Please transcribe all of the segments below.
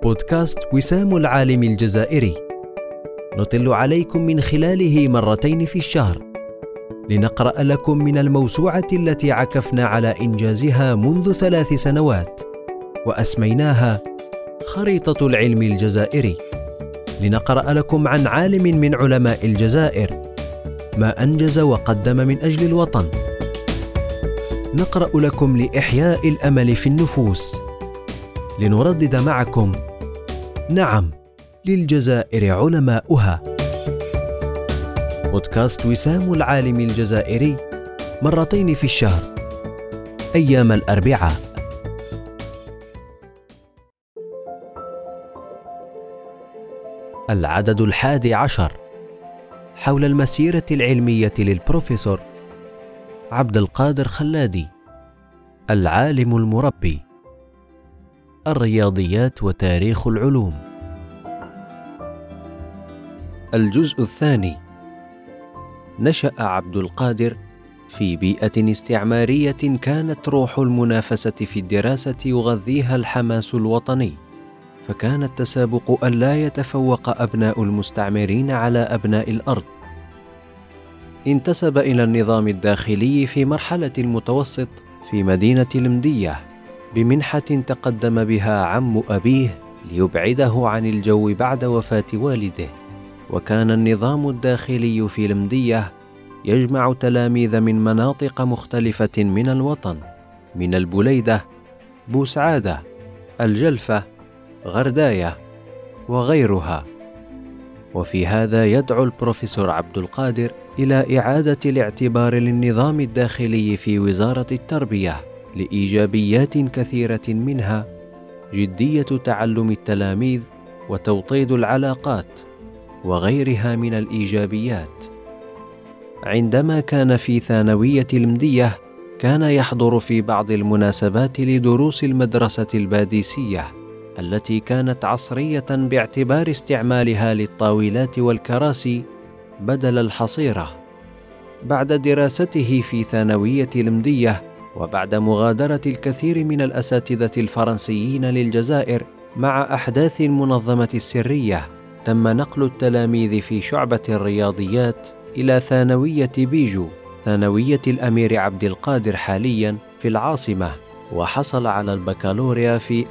بودكاست وسام العالم الجزائري، نطل عليكم من خلاله مرتين في الشهر لنقرأ لكم من الموسوعة التي عكفنا على إنجازها منذ 3 سنوات وأسميناها خريطة العلم الجزائري، لنقرأ لكم عن عالم من علماء الجزائر ما أنجز وقدم من أجل الوطن. نقرأ لكم لإحياء الأمل في النفوس، لنردد معكم: نعم، للجزائر علماؤها. بودكاست وسام العالم الجزائري، مرتين في الشهر، أيام الأربعاء. العدد 11 حول المسيرة العلمية للبروفيسور عبد القادر خلادي، العالم المربي، الرياضيات وتاريخ العلوم. الجزء الثاني. نشأ عبد القادر في بيئة استعمارية كانت روح المنافسة في الدراسة يغذيها الحماس الوطني، فكان التسابق ألا يتفوق أبناء المستعمرين على أبناء الأرض. انتسب إلى النظام الداخلي في مرحلة المتوسط في مدينة المدية بمنحة تقدم بها عم أبيه ليبعده عن الجو بعد وفاة والده. وكان النظام الداخلي في المدية يجمع تلاميذ من مناطق مختلفة من الوطن، من البليدة، بوسعادة، الجلفة، غرداية وغيرها. وفي هذا يدعو البروفيسور عبد القادر إلى إعادة الاعتبار للنظام الداخلي في وزارة التربية لإيجابيات كثيرة، منها جدية تعلم التلاميذ وتوطيد العلاقات وغيرها من الإيجابيات. عندما كان في ثانوية المدية كان يحضر في بعض المناسبات لدروس المدرسة الباديسية التي كانت عصرية باعتبار استعمالها للطاولات والكراسي بدل الحصيرة. بعد دراسته في ثانوية المدية وبعد مغادرة الكثير من الأساتذة الفرنسيين للجزائر مع أحداث المنظمة السرية، تم نقل التلاميذ في شعبة الرياضيات إلى ثانوية بيجو، ثانوية الأمير عبد القادر حالياً في العاصمة، وحصل على البكالوريا في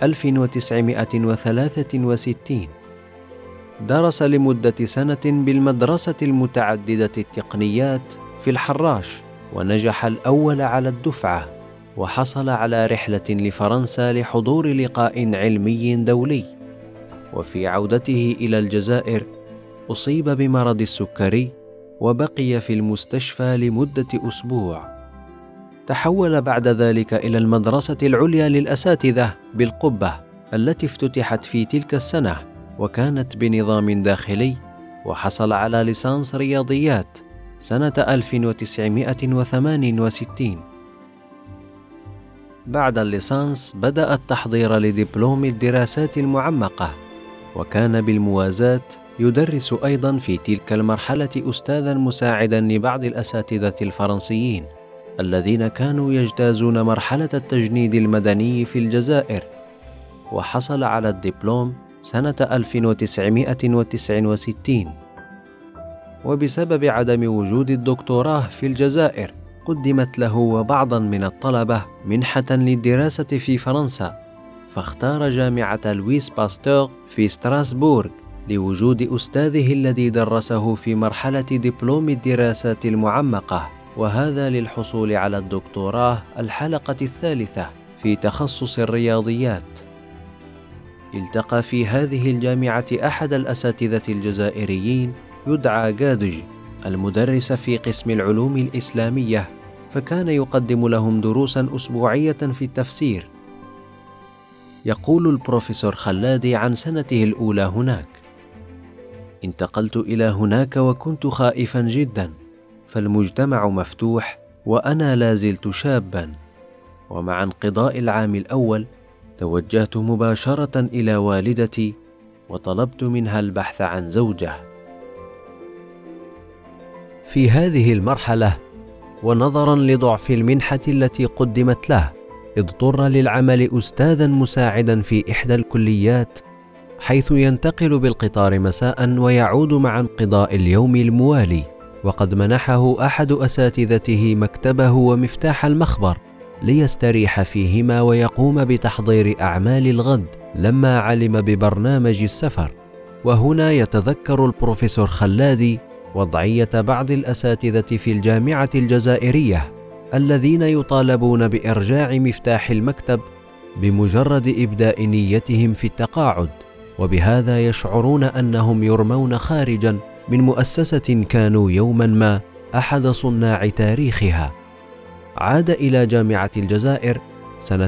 1963. درس لمدة سنة بالمدرسة المتعددة التقنيات في الحراش، ونجح الأول على الدفعة، وحصل على رحلة لفرنسا لحضور لقاء علمي دولي. وفي عودته إلى الجزائر أصيب بمرض السكري وبقي في المستشفى لمدة أسبوع. تحول بعد ذلك إلى المدرسة العليا للأساتذة بالقبة التي افتتحت في تلك السنة، وكانت بنظام داخلي، وحصل على ليسانس رياضيات سنة 1968. بعد الليسانس بدأ التحضير لدبلوم الدراسات المعمقة، وكان بالموازاة يدرس أيضا في تلك المرحلة أستاذا مساعدا لبعض الأساتذة الفرنسيين الذين كانوا يجتازون مرحلة التجنيد المدني في الجزائر، وحصل على الدبلوم سنة 1969. وبسبب عدم وجود الدكتوراه في الجزائر قدمت له وبعضا من الطلبة منحة للدراسة في فرنسا، فاختار جامعة لويس باستور في ستراسبورغ لوجود أستاذه الذي درسه في مرحلة دبلوم الدراسات المعمقة، وهذا للحصول على الدكتوراه الحلقة الثالثة في تخصص الرياضيات. التقى في هذه الجامعة أحد الأساتذة الجزائريين يدعى جادج، المدرس في قسم العلوم الإسلامية، فكان يقدم لهم دروسا أسبوعية في التفسير. يقول البروفيسور خلادي عن سنته الأولى هناك: انتقلت إلى هناك وكنت خائفا جدا، فالمجتمع مفتوح وأنا لازلت شابا. ومع انقضاء العام الأول توجهت مباشرة إلى والدتي وطلبت منها البحث عن زوجة. في هذه المرحلة ونظرا لضعف المنحة التي قدمت له، اضطر للعمل أستاذا مساعدا في إحدى الكليات حيث ينتقل بالقطار مساء ويعود مع انقضاء اليوم الموالي. وقد منحه أحد أساتذته مكتبه ومفتاح المخبر ليستريح فيهما ويقوم بتحضير أعمال الغد لما علم ببرنامج السفر. وهنا يتذكر البروفيسور خلادي وضعية بعض الأساتذة في الجامعة الجزائرية الذين يطالبون بإرجاع مفتاح المكتب بمجرد إبداء نيتهم في التقاعد، وبهذا يشعرون أنهم يرمون خارجا من مؤسسة كانوا يوما ما أحد صناع تاريخها. عاد إلى جامعة الجزائر سنة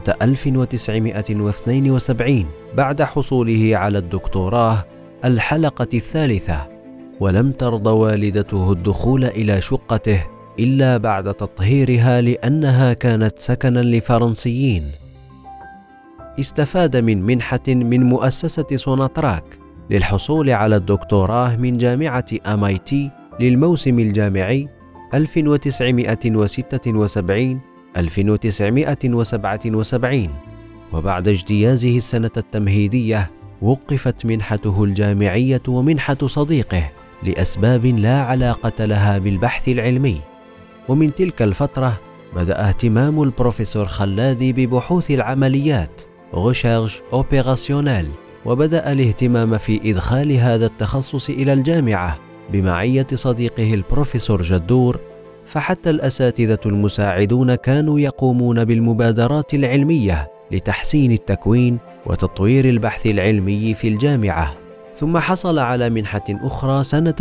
1972 بعد حصوله على الدكتوراه الحلقة الثالثة، ولم ترضى والدته الدخول إلى شقته إلا بعد تطهيرها لأنها كانت سكنا لفرنسيين. استفاد من منحة من مؤسسة سوناتراك للحصول على الدكتوراه من جامعة MIT للموسم الجامعي 1976-1977، وبعد اجتيازه السنة التمهيدية وقفت منحته الجامعية ومنحة صديقه لأسباب لا علاقة لها بالبحث العلمي. ومن تلك الفترة بدأ اهتمام البروفيسور خلادي ببحوث العمليات recherche opérationnelle، وبدأ الاهتمام في إدخال هذا التخصص إلى الجامعة بمعية صديقه البروفيسور جدور، فحتى الأساتذة المساعدون كانوا يقومون بالمبادرات العلمية لتحسين التكوين وتطوير البحث العلمي في الجامعة. ثم حصل على منحة أخرى سنة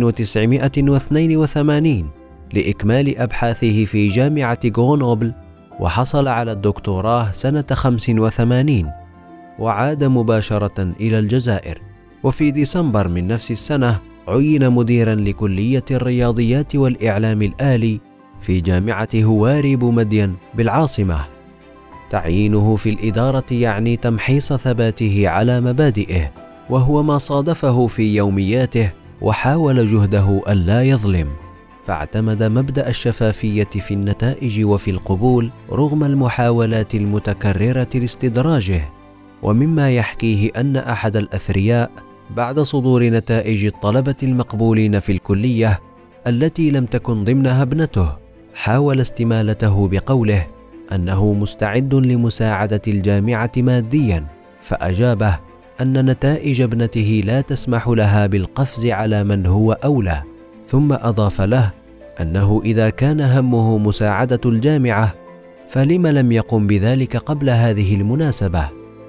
1982 لإكمال أبحاثه في جامعة غرونوبل، وحصل على الدكتوراه سنة 85 وعاد مباشرة إلى الجزائر. وفي ديسمبر من نفس السنة عين مديرا لكلية الرياضيات والإعلام الآلي في جامعة هواري بومدين بالعاصمة. تعيينه في الإدارة يعني تمحيص ثباته على مبادئه، وهو ما صادفه في يومياته، وحاول جهده ألا يظلم، فاعتمد مبدأ الشفافية في النتائج وفي القبول رغم المحاولات المتكررة لاستدراجه. ومما يحكيه أن أحد الأثرياء بعد صدور نتائج الطلبة المقبولين في الكلية التي لم تكن ضمنها ابنته حاول استمالته بقوله أنه مستعد لمساعدة الجامعة ماديا، فأجابه أن نتائج ابنته لا تسمح لها بالقفز على من هو أولى، ثم أضاف له أنه إذا كان همه مساعدة الجامعة فلم لم يقم بذلك قبل هذه المناسبة.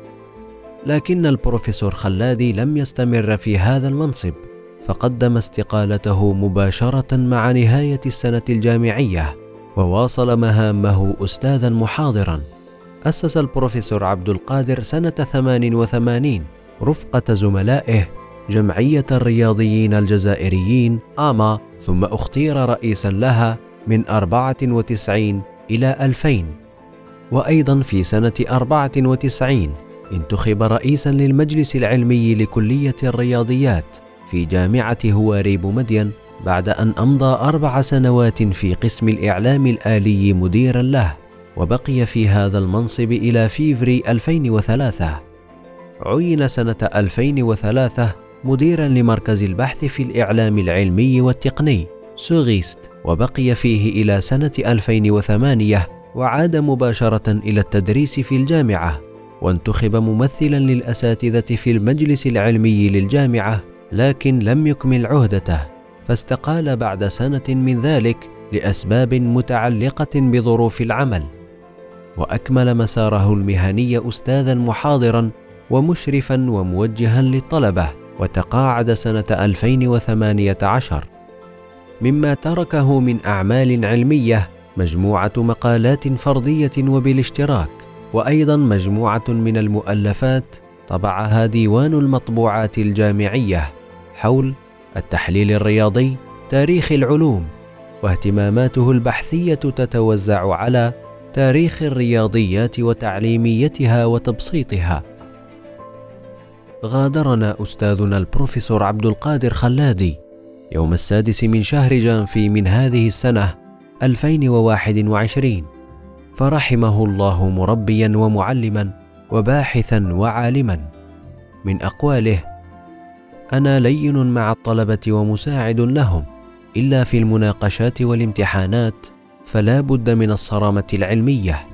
لكن البروفيسور خلادي لم يستمر في هذا المنصب، فقدم استقالته مباشرة مع نهاية السنة الجامعية، وواصل مهامه أستاذا محاضرا. أسس البروفيسور عبد القادر سنة 88 رفقة زملائه جمعية الرياضيين الجزائريين آما، ثم اختير رئيسا لها من 94 إلى 2000. وأيضا في سنة 94 انتخب رئيسا للمجلس العلمي لكلية الرياضيات في جامعة هواري بومدين بعد أن أمضى 4 سنوات في قسم الإعلام الآلي مديرا له، وبقي في هذا المنصب إلى فيفري 2003. عين سنة 2003 مديرا لمركز البحث في الإعلام العلمي والتقني سوغيست، وبقي فيه إلى سنة 2008 وعاد مباشرة إلى التدريس في الجامعة، وانتخب ممثلا للأساتذة في المجلس العلمي للجامعة، لكن لم يكمل عهدته فاستقال بعد سنة من ذلك لأسباب متعلقة بظروف العمل. وأكمل مساره المهني أستاذا محاضرا ومشرفا وموجها للطلبة، وتقاعد سنة 2018. مما تركه من أعمال علمية مجموعة مقالات فردية وبالاشتراك، وأيضا مجموعة من المؤلفات طبعها ديوان المطبوعات الجامعية حول التحليل الرياضي، تاريخ العلوم، واهتماماته البحثية تتوزع على تاريخ الرياضيات وتعليميتها وتبسيطها. غادرنا أستاذنا البروفيسور عبد القادر خلادي يوم 6 من شهر جانفي من هذه السنة 2021، فرحمه الله مربيا ومعلما وباحثا وعالما. من أقواله: أنا لين مع الطلبة ومساعد لهم، إلا في المناقشات والامتحانات فلا بد من الصرامة العلمية.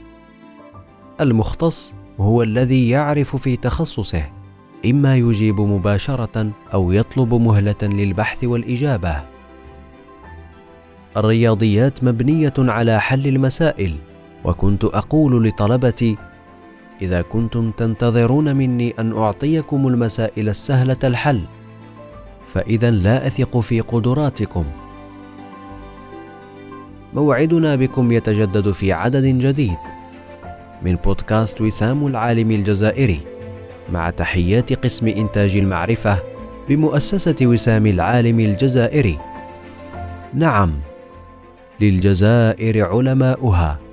المختص هو الذي يعرف في تخصصه، إما يجيب مباشرة أو يطلب مهلة للبحث والإجابة. الرياضيات مبنية على حل المسائل، وكنت أقول لطلبتي: إذا كنتم تنتظرون مني أن أعطيكم المسائل السهلة الحل، فإذا لا أثق في قدراتكم. موعدنا بكم يتجدد في عدد جديد من بودكاست وسام العالم الجزائري، مع تحيات قسم إنتاج المعرفة بمؤسسة وسام العالم الجزائري. نعم، للجزائر علماؤها.